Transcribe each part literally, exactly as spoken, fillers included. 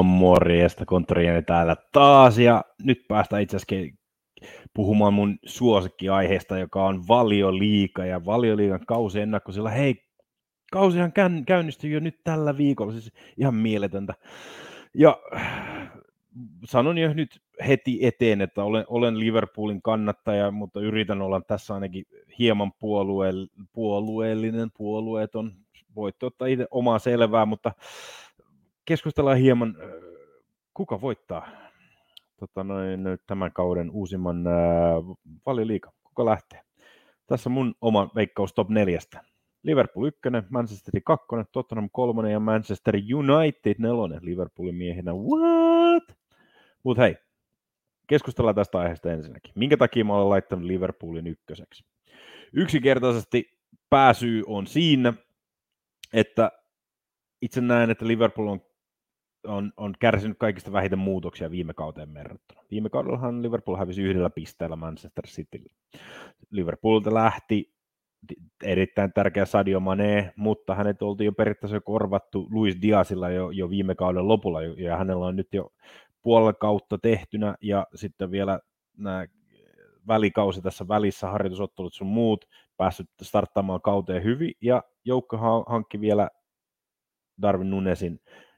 Morjesta, konttorieni täällä taas, ja nyt päästään itse asiassa puhumaan mun suosikkiaiheesta, joka on Valioliiga, ja Valioliigan kausi ennakko, sillä hei, kausihan käynnistyy jo nyt tällä viikolla, siis ihan mieletöntä. Ja sanon jo nyt heti eteen, että olen, olen Liverpoolin kannattaja, mutta yritän olla tässä ainakin hieman puolue- puolueellinen, puolueeton. Voitte ottaa itse omaa selvää, mutta keskustellaan hieman, kuka voittaa tota noin, tämän kauden uusimman äh, Valioliigan, kuka lähtee. Tässä mun oma veikkaus top neljästä. Liverpool ykkönen, Manchester kakkonen, Tottenham kolmonen ja Manchester United nelonen Liverpoolin miehenä. What? Mut hei, keskustellaan tästä aiheesta ensinnäkin. Minkä takia mä olen laittanut Liverpoolin ykköseksi? Yksinkertaisesti pääsyy on siinä, että itse näen, että Liverpool on, on, on kärsinyt kaikista vähiten muutoksia viime kauteen verrattuna. Viime kaudellahan Liverpool hävisi yhdellä pisteellä Manchester Citylle. Liverpoolilta lähti erittäin tärkeä Sadio Mane, mutta hänet oltiin jo periaatteessa korvattu Luis Diazilla jo, jo viime kauden lopulla, ja hänellä on nyt jo puolella kautta tehtynä, ja sitten vielä nämä välikausi tässä välissä, harjoitusottelut sun muut, päässyt starttaamaan kauteen hyvin, ja joukko hankki vielä Darwin Nunesin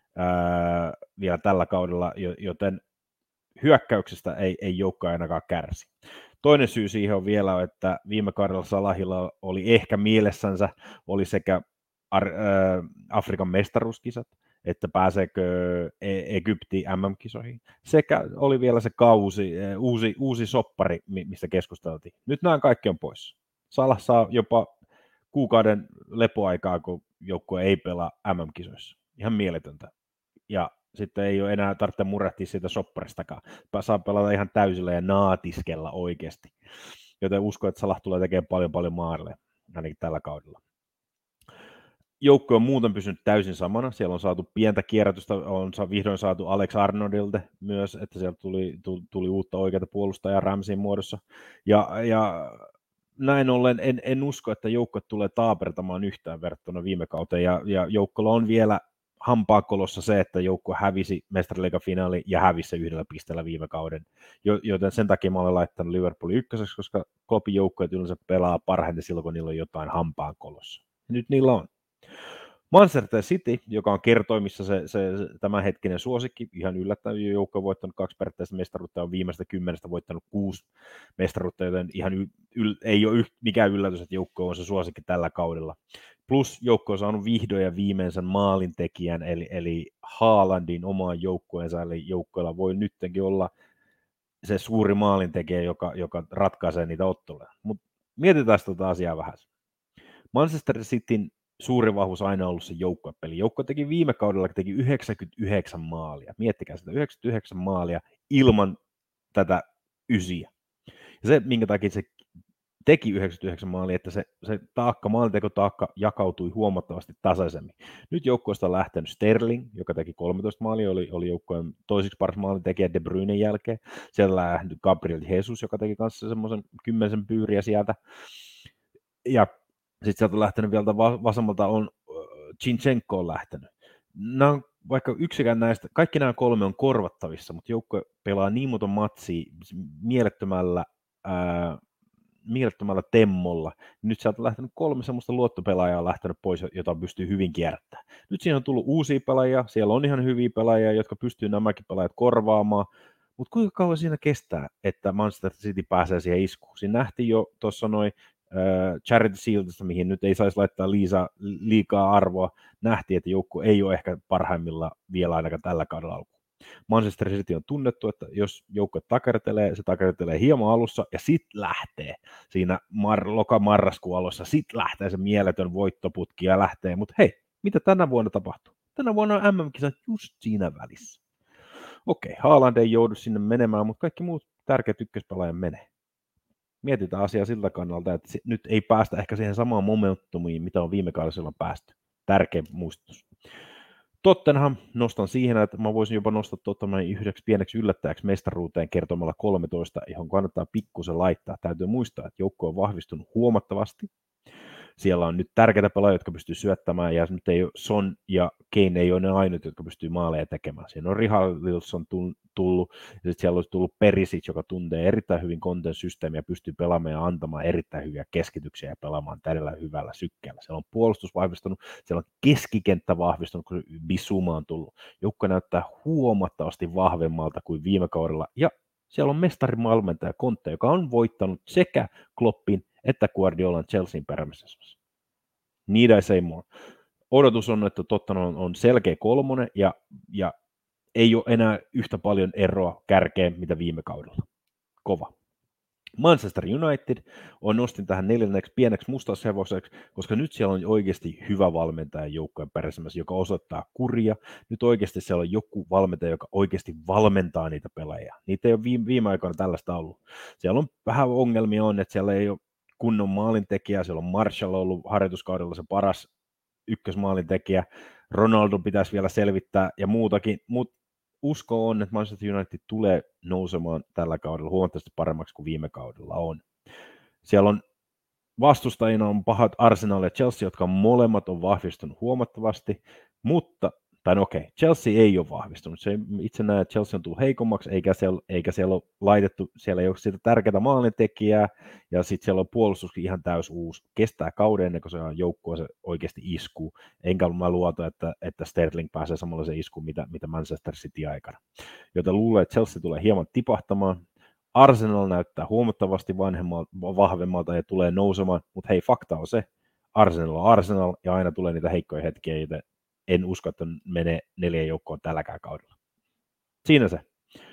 ää, vielä tällä kaudella, joten hyökkäyksestä ei, ei joukko ainakaan kärsi. Toinen syy siihen on vielä, että viime kaudella Salahilla oli ehkä mielessänsä oli sekä Ar- äh, Afrikan mestaruuskisat, että pääseekö e- Egyptiin M M-kisoihin, sekä oli vielä se kausi, uusi, uusi soppari, mistä keskusteltiin. Nyt nämä kaikki on pois. Salah saa jopa kuukauden lepoaikaa, kun joukkue ei pelaa M M-kisoissa. Ihan mieletöntä. Ja sitten ei ole enää tarvitse murehtia siitä sopparistakaan. Saa pelata ihan täysillä ja naatiskella oikeasti. Joten uskon, että Salah tulee tekemään paljon paljon maaleja, ainakin tällä kaudella. Joukko on muuten pysynyt täysin samana. Siellä on saatu pientä kierrätystä, on vihdoin saatu Alex Arnoldilta myös, että sieltä tuli, tuli, tuli uutta oikeata puolustajaa Ramseyn muodossa. Ja, ja näin ollen en, en usko, että joukko tulee taapertamaan yhtään verrattuna viime kauteen. Ja, ja joukkolla on vielä hampaakolossa se, että joukko hävisi Mestariliigan finaali ja hävisi se yhdellä pisteellä viime kauden. Joten sen takia mä olen laittanut Liverpoolin ykköseksi, koska Kloppin joukkoja yleensä pelaa parhaiten silloin, kun niillä on jotain hampaankolossa. Nyt niillä on. Manchester City, joka on kertoimissa se, se, se tämänhetkinen suosikki, ihan yllättävän joukko on voittanut kaksi periaatteessa mestaruutta, on viimeistä kymmenestä voittanut kuusi mestaruutta, joten ihan y, yl, ei ole yh, mikään yllätys, että joukko on se suosikki tällä kaudella. Plus joukko on saanut vihdoin ja viimein sen maalintekijän, eli, eli Haalandin omaan joukkueensa, eli joukkoilla voi nyttenkin olla se suuri maalintekijä, joka, joka ratkaisee niitä otteluja. Mutta mietitään tätä asiaa vähän. Manchester Cityn suuri vahvuus on aina ollut se joukkuepeli. Joukko teki viime kaudella teki yhdeksänkymmentäyhdeksän maalia. Miettikää sitä, yhdeksänkymmentäyhdeksän maalia ilman tätä ysiä. Ja se, minkä takia se teki yhdeksänkymmentäyhdeksän maalia, että se, se taakka, maalintekotaakka jakautui huomattavasti tasaisemmin. Nyt joukkueesta on lähtenyt Sterling, joka teki kolmetoista maalia, oli, oli joukkueen toisiksi paras maalintekijä De Bruynen jälkeen. Sieltä on lähtenyt Gabriel Jesus, joka teki kanssa semmoisen kymmenisen pyyriä sieltä. Ja sitten sieltä on lähtenyt vielä vasemmalta on Zinchenko on lähtenyt. Nämä on, vaikka yksikään näistä, kaikki nämä kolme on korvattavissa, mutta joukko pelaa niin monta matsia mielettömällä, ää, mielettömällä temmolla. Nyt sieltä on lähtenyt kolme semmoista luottopelaajaa on lähtenyt pois, jota pystyy hyvin kierrättämään. Nyt siinä on tullut uusia pelaajia, siellä on ihan hyviä pelaajia, jotka pystyy nämäkin pelaajat korvaamaan, mutta kuinka kauan siinä kestää, että Manchester City pääsee siihen iskuun? Siinä nähtiin jo tuossa noin Uh, Charity Shieldista, mihin nyt ei saisi laittaa liisa, liikaa arvoa, nähtiin, että joukko ei ole ehkä parhaimmilla vielä ainakaan tällä kaudella alkuun. Manchester City on tunnettu, että jos joukko takertelee, se takertelee hieman alussa ja sitten lähtee siinä mar- loka-marraskuun alussa, sitten lähtee se mieletön voittoputki ja lähtee, mutta hei, mitä tänä vuonna tapahtuu? Tänä vuonna on M M-kisat just siinä välissä. Okei, Haaland ei joudu sinne menemään, mutta kaikki muut tärkeät ykköspelaajat menee. Mietitään asiaa siltä kannalta, että nyt ei päästä ehkä siihen samaan momentumiin, mitä on viime kaudella päästy. Tärkeä muistutus. Tottenham nostan siihen, että mä voisin jopa nostaa Tottenham yhdeksi pieneksi yllättäjäksi mestaruuteen kertomalla kolmetoista, johon kannattaa pikkusen laittaa. Täytyy muistaa, että joukko on vahvistunut huomattavasti. Siellä on nyt tärkeitä pelaajia, jotka pystyy syöttämään, ja nyt ei ole Son ja Kane ei ole ne ainut, jotka pystyy maaleja tekemään. Siinä on Richarlison tullut, ja sitten siellä olisi tullut Perisic, joka tuntee erittäin hyvin content-systeemiä, pystyy pelaamaan ja antamaan erittäin hyviä keskityksiä ja pelaamaan täydellä hyvällä sykkeellä. Siellä on puolustus vahvistunut, siellä on keskikenttä vahvistunut, kun Bissouma on tullut. Joukko näyttää huomattavasti vahvemmalta kuin viime kaudella, ja siellä on mestarivalmentaja Conte, joka on voittanut sekä Kloppin että Guardiolan Chelsean perämisessä. Need I say more. Odotus on, että Tottenham on selkeä kolmonen ja, ja ei ole enää yhtä paljon eroa kärkeen, mitä viime kaudella. Kova. Manchester United on nostin tähän neljänneksi pieneksi mustashevoseksi, koska nyt siellä on oikeasti hyvä valmentaja joukkojen peräisemmässä, joka osoittaa kuria. Nyt oikeasti siellä on joku valmentaja, joka oikeasti valmentaa niitä pelaajia. Niitä ei ole viime, viime aikoina tällaista ollut. Siellä on vähän ongelmia on, että siellä ei ole kunnon maalintekijä, siellä on Martial ollut harjoituskaudella se paras ykkösmaalintekijä, Ronaldo pitäisi vielä selvittää ja muutakin, mutta usko on, että Manchester United tulee nousemaan tällä kaudella huomattavasti paremmaksi kuin viime kaudella on. Siellä on vastustajina on pahat Arsenal ja Chelsea, jotka molemmat on vahvistunut huomattavasti, mutta tai no okei, Chelsea ei ole vahvistunut. Se itse näen, että Chelsea on tullut heikommaksi, eikä siellä, eikä siellä ole laitettu, siellä ei ole sitä tärkeää maalintekijää, ja sitten siellä on puolustuskin ihan täys uusi. Kestää kauden ennen kuin se on joukkue se oikeasti iskuu. Enkä mä luota, että, että Sterling pääsee samanlaiseen iskuun, mitä, mitä Manchester City aikana. Joten luulen, että Chelsea tulee hieman tipahtamaan. Arsenal näyttää huomattavasti vahvemmalta ja tulee nousemaan, mutta hei, fakta on se, Arsenal on Arsenal, ja aina tulee niitä heikkoja hetkiä, joten en usko, että menee neljä joukkoon tälläkään kaudella. Siinä se.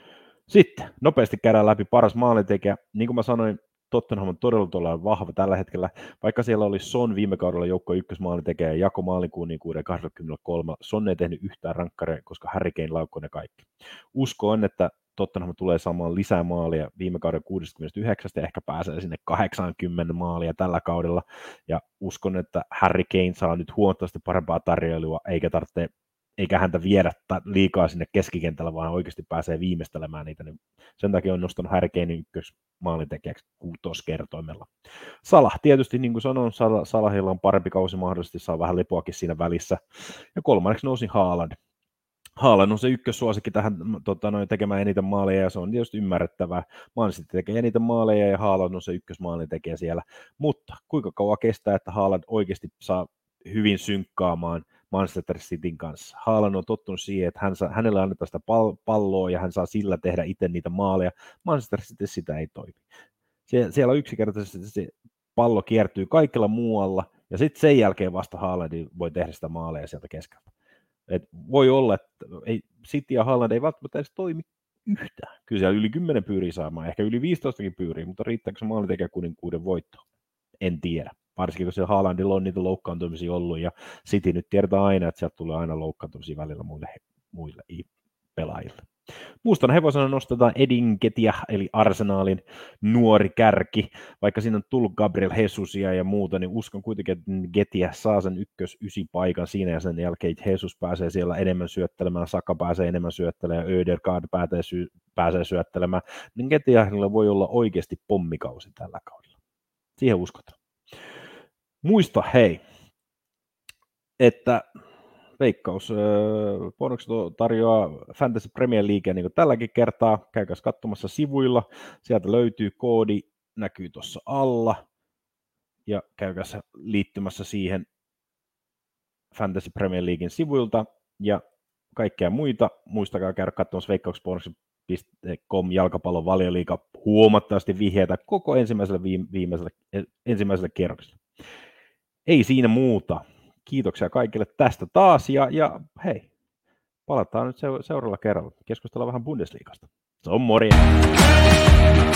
Sitten nopeasti käydään läpi paras maalintekijä. Niin kuin mä sanoin, Tottenham on todella, todella vahva tällä hetkellä. Vaikka siellä oli Son viime kaudella joukko ykkösmaalintekijä ja jako maalinkuunikkuuden kaksikymmentäkolme, Son ei tehnyt yhtään rankkaria, koska Harry Kane laukkoi ne kaikki. Usko on, että Tottenham tulee saamaan lisää maalia viime kauden kuusikymmentäyhdeksän ja ehkä pääsee sinne kahdeksankymmentä maalia tällä kaudella. Ja uskon, että Harry Kane saa nyt huomattavasti parempaa tarjoilua, eikä tarvitse, eikä häntä viedä liikaa sinne keskikentällä, vaan oikeasti pääsee viimeistelemään niitä. Sen takia on nostanut Harry Kanein ykkösmaalintekijäksi kuutoskertoimella. Salah, tietysti niin kuin sanoin, Salahilla on parempi kausi mahdollisesti, saa vähän lepoakin siinä välissä. Ja kolmanneksi nousi Haaland. Haaland on se ykkössuosikki tähän tota, noin, tekemään eniten maaleja, ja se on tietysti ymmärrettävää. Man City tekee eniten maaleja, ja Haaland on se ykkösmaalintekijä siellä. Mutta kuinka kauan kestää, että Haaland oikeasti saa hyvin synkkaamaan Manchester Cityn kanssa? Haaland on tottunut siihen, että hän saa, hänelle annetaan sitä pal- palloa, ja hän saa sillä tehdä itse niitä maaleja. Manchester City sitä ei toimi. Sie- siellä yksinkertaisesti se pallo kiertyy kaikilla muualla, ja sitten sen jälkeen vasta Haaland voi tehdä sitä maaleja sieltä keskeltä. Et voi olla, että ei, City ja Haaland ei välttämättä edes toimi yhtään. Kyllä siellä yli kymmenen pyyriä saamaan, ehkä yli viisitoistakin pyyriä, mutta riittääkö se maalintekijä kuninkuuden voitto? En tiedä. Varsinkin kun siellä Haalandilla on niitä loukkaantumisia ollut, ja City nyt tiedetään aina, että sieltä tulee aina loukkaantumisia välillä muille, muille pelaajille. Mustana hevosena nostetaan Eddie Nketiah, eli Arsenalin nuori kärki. Vaikka siinä on tullut Gabriel Jesusia ja muuta, niin uskon kuitenkin, että Nketiah saa sen ykkös ysi paikan siinä, ja sen jälkeen Jesus pääsee siellä enemmän syöttelemään, Saka pääsee enemmän syöttelemään, ja Ödegaard pääsee, sy- pääsee syöttelemään. Niin Nketiahilla voi olla oikeasti pommikausi tällä kaudella. Siihen uskotaan. Muista hei, että Veikkaus Bonukset tarjoaa Fantasy Premier Leaguea niin kuin tälläkin kertaa. Käykääs katsomassa sivuilla. Sieltä löytyy koodi, näkyy tuossa alla. Ja käykääs liittymässä siihen Fantasy Premier Leaguein sivuilta. Ja kaikkea muita. Muistakaa käydä katsomassa veikkausbonukset piste com jalkapallon Valioliiga huomattavasti vihjeitä koko ensimmäiselle, viimeiselle, ensimmäiselle kierrokselle. Ei siinä muuta. Kiitoksia kaikille tästä taas, ja, ja hei, palataan nyt seuraavalla kerralla. Keskustellaan vähän Bundesliigasta. Se on morjens!